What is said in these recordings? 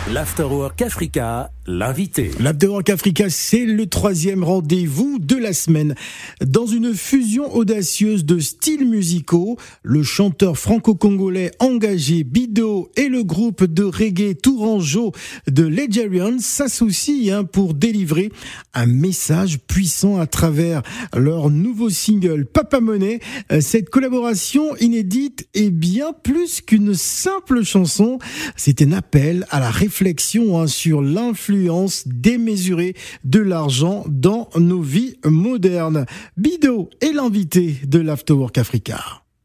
L'Afterwork Africa, l'invité. L'Afterwork Africa, c'est le 3e rendez-vous de la semaine. Dans une fusion audacieuse de styles musicaux, le chanteur franco-congolais engagé Bido et le groupe de reggae Tourangeau de Legerians s'associent pour délivrer un message puissant à travers leur nouveau single Papa Money. Cette collaboration inédite est bien plus qu'une simple chanson. C'est un appel à la réflexion sur l'influence démesurée de l'argent dans nos vies modernes. Bido est l'invité de l'Afterwork Africa.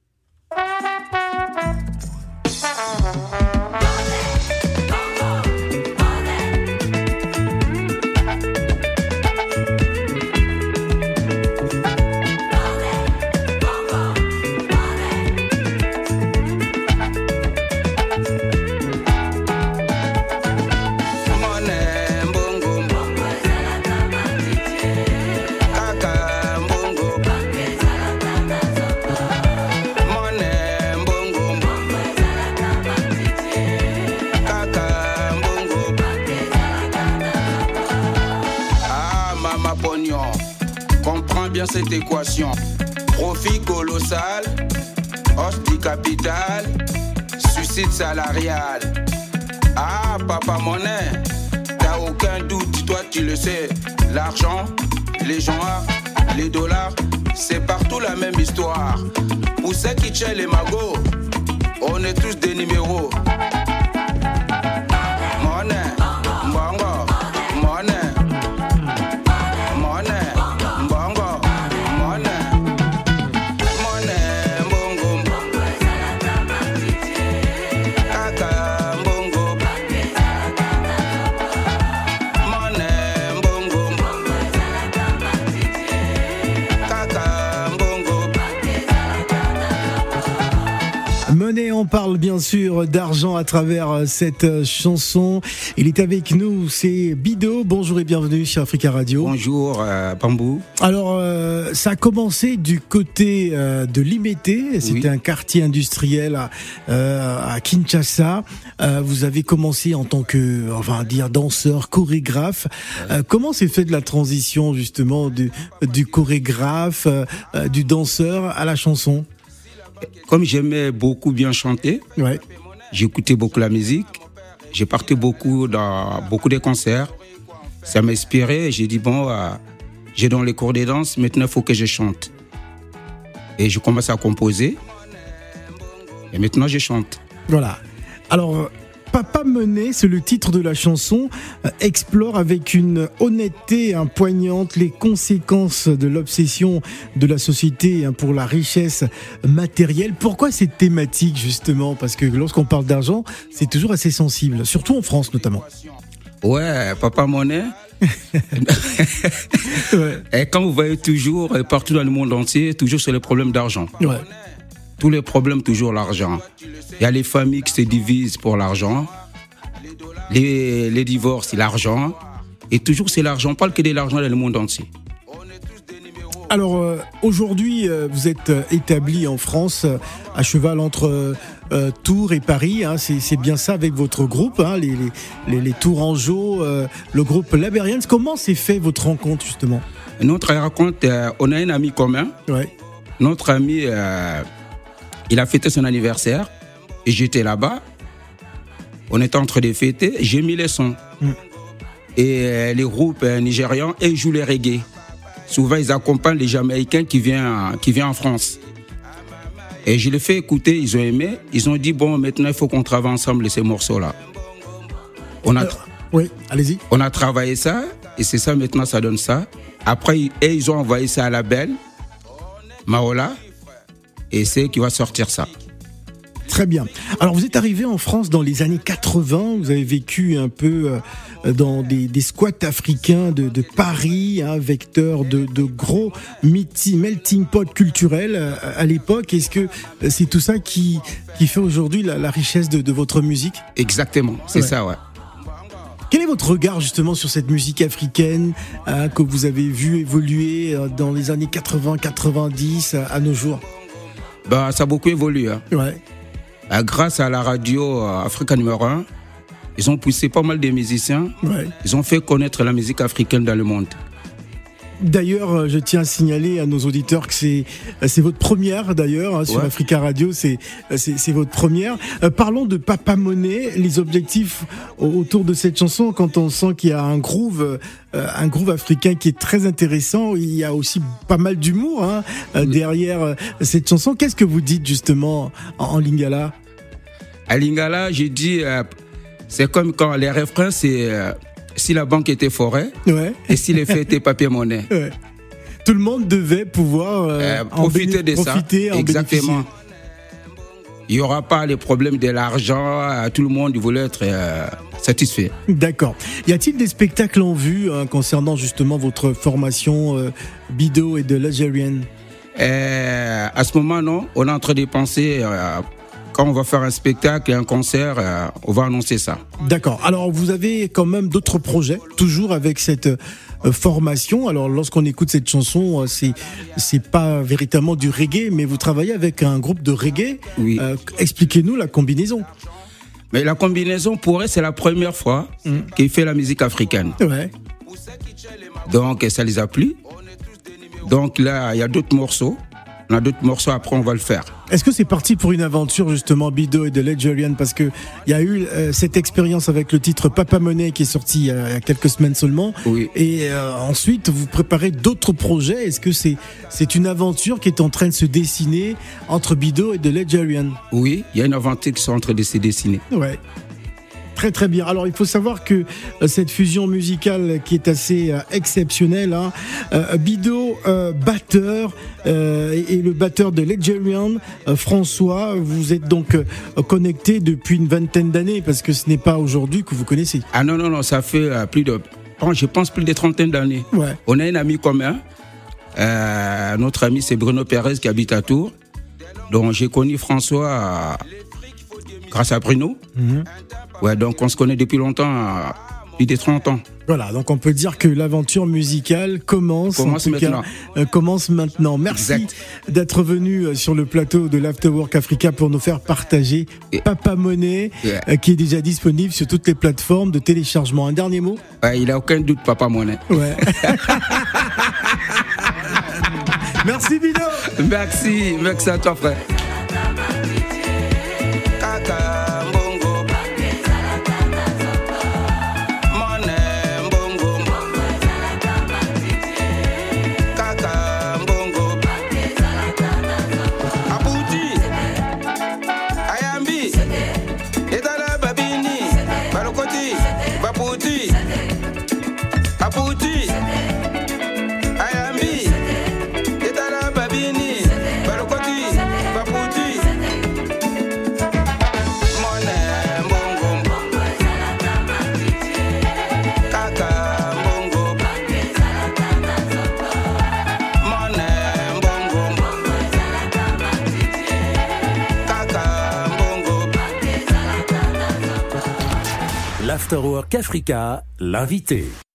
Comprends bien cette équation. Profit colossal, hausse du capital, suicide salarial. Ah, Papa Money, t'as aucun doute, toi tu le sais. L'argent, les gens, les dollars, c'est partout la même histoire. Pour ceux qui tiennent les magots, on est tous des numéros. On parle bien sûr d'argent à travers cette chanson. Il est avec nous, c'est Bido. Bonjour et bienvenue sur Africa Radio. Bonjour Bambou. Alors ça a commencé du côté de Limete. C'était un quartier industriel à Kinshasa. Vous avez commencé en tant que, danseur, chorégraphe. Comment s'est fait de la transition justement du chorégraphe, du danseur à la chanson? Comme j'aimais beaucoup bien chanter, j'écoutais beaucoup la musique, j'ai parti beaucoup dans beaucoup de concerts, ça m'inspirait, j'ai dit j'ai dans les cours de danse, maintenant il faut que je chante. Et je commence à composer, et maintenant je chante. Voilà. Alors, Papa Money, c'est le titre de la chanson, explore avec une honnêteté poignante les conséquences de l'obsession de la société pour la richesse matérielle. Pourquoi cette thématique justement? Parce que lorsqu'on parle d'argent, c'est toujours assez sensible, surtout en France notamment. Ouais, Papa Money. Et quand vous voyez toujours, partout dans le monde entier, toujours sur les problèmes d'argent. Ouais. Tous les problèmes, toujours l'argent. Il y a les familles qui se divisent pour l'argent. Les divorces, l'argent. Et toujours, c'est l'argent. On parle que de l'argent dans le monde entier. Alors, aujourd'hui, vous êtes établi en France, à cheval entre Tours et Paris. C'est bien ça avec votre groupe, les Tourangeau, le groupe Legerians. Comment s'est fait votre rencontre, justement? Notre rencontre, on a un ami commun. Ouais. Notre ami... il a fêté son anniversaire et j'étais là-bas. On était en train de fêter, j'ai mis les sons. Et les groupes nigérians, ils jouent les reggae. Souvent, ils accompagnent les Jamaïcains qui viennent en France. Et je les fais écouter, ils ont aimé. Ils ont dit, maintenant, il faut qu'on travaille ensemble ces morceaux-là. Oui, allez-y. On a travaillé ça et c'est ça, maintenant, ça donne ça. Après, ils ont envoyé ça à la belle, Maola. Et c'est qui va sortir ça. Très bien. Alors vous êtes arrivé en France dans les années 80, vous avez vécu un peu dans des squats africains de Paris, vecteur de gros melting pot culturel à l'époque. Est-ce que c'est tout ça qui fait aujourd'hui la richesse de votre musique? Exactement, c'est ça, ouais. Quel est votre regard justement sur cette musique africaine que vous avez vu évoluer dans les années 80-90 à nos jours? Ça a beaucoup évolué. Ouais. Grâce à la radio Africa numéro 1, Ils ont poussé pas mal de musiciens. Ouais. Ils ont fait connaître la musique africaine dans le monde. D'ailleurs, je tiens à signaler à nos auditeurs que c'est votre première d'ailleurs hein, sur Africa Radio, c'est votre première. Parlons de Papa Monet, les objectifs autour de cette chanson. Quand on sent qu'il y a un groove africain qui est très intéressant, il y a aussi pas mal d'humour hein, derrière cette chanson. Qu'est-ce que vous dites justement en lingala? À lingala, j'ai dit, c'est comme quand les refrains, c'est si la banque était forêt et si les faits étaient papier-monnaie. Ouais. Tout le monde devait pouvoir profiter de ça. Exactement. Bénéficier. Il n'y aura pas les problèmes de l'argent. Tout le monde voulait être satisfait. D'accord. Y a-t-il des spectacles en vue concernant justement votre formation Bido et de l'Algérienne? À ce moment, non. On est en train de penser... quand on va faire un spectacle et un concert, on va annoncer ça. D'accord. Alors, vous avez quand même d'autres projets, toujours avec cette formation. Alors, lorsqu'on écoute cette chanson, c'est pas véritablement du reggae, mais vous travaillez avec un groupe de reggae. Oui. Expliquez-nous la combinaison. Mais la combinaison, pour eux, c'est la première fois qu'il fait la musique africaine. Ouais. Donc, ça les a plu. Donc là, il y a d'autres morceaux. On a d'autres morceaux, après on va le faire. Est-ce que c'est parti pour une aventure justement Bido et de l'Algérienne, parce que il y a eu cette expérience avec le titre Papa Monet qui est sorti il y a quelques semaines seulement. Oui. Et ensuite vous préparez d'autres projets. Est-ce que c'est une aventure qui est en train de se dessiner entre Bido et de l'Algérienne? Oui, il y a une aventure qui est en train de se dessiner. Ouais. Très très bien. Alors il faut savoir que cette fusion musicale qui est assez exceptionnelle, hein, Bido, batteur, et le batteur de l'Algérienne, François, vous êtes donc connectés depuis une vingtaine d'années, parce que ce n'est pas aujourd'hui que vous connaissez. Ah non, ça fait plus de 30 d'années. Ouais. On a un ami commun. Notre ami, c'est Bruno Pérez qui habite à Tours. Donc j'ai connu François grâce à Bruno. Ouais, donc on se connaît depuis longtemps, plus de 30 ans. Voilà, donc on peut dire que l'aventure musicale commence maintenant. Merci d'être venu sur le plateau de l'Afterwork Africa pour nous faire partager Papa Monet, qui est déjà disponible sur toutes les plateformes de téléchargement. Un dernier mot? Il n'a aucun doute, Papa Monet. Ouais. Merci Bido. Merci à toi frère. L'Afterwork Africa, l'invité.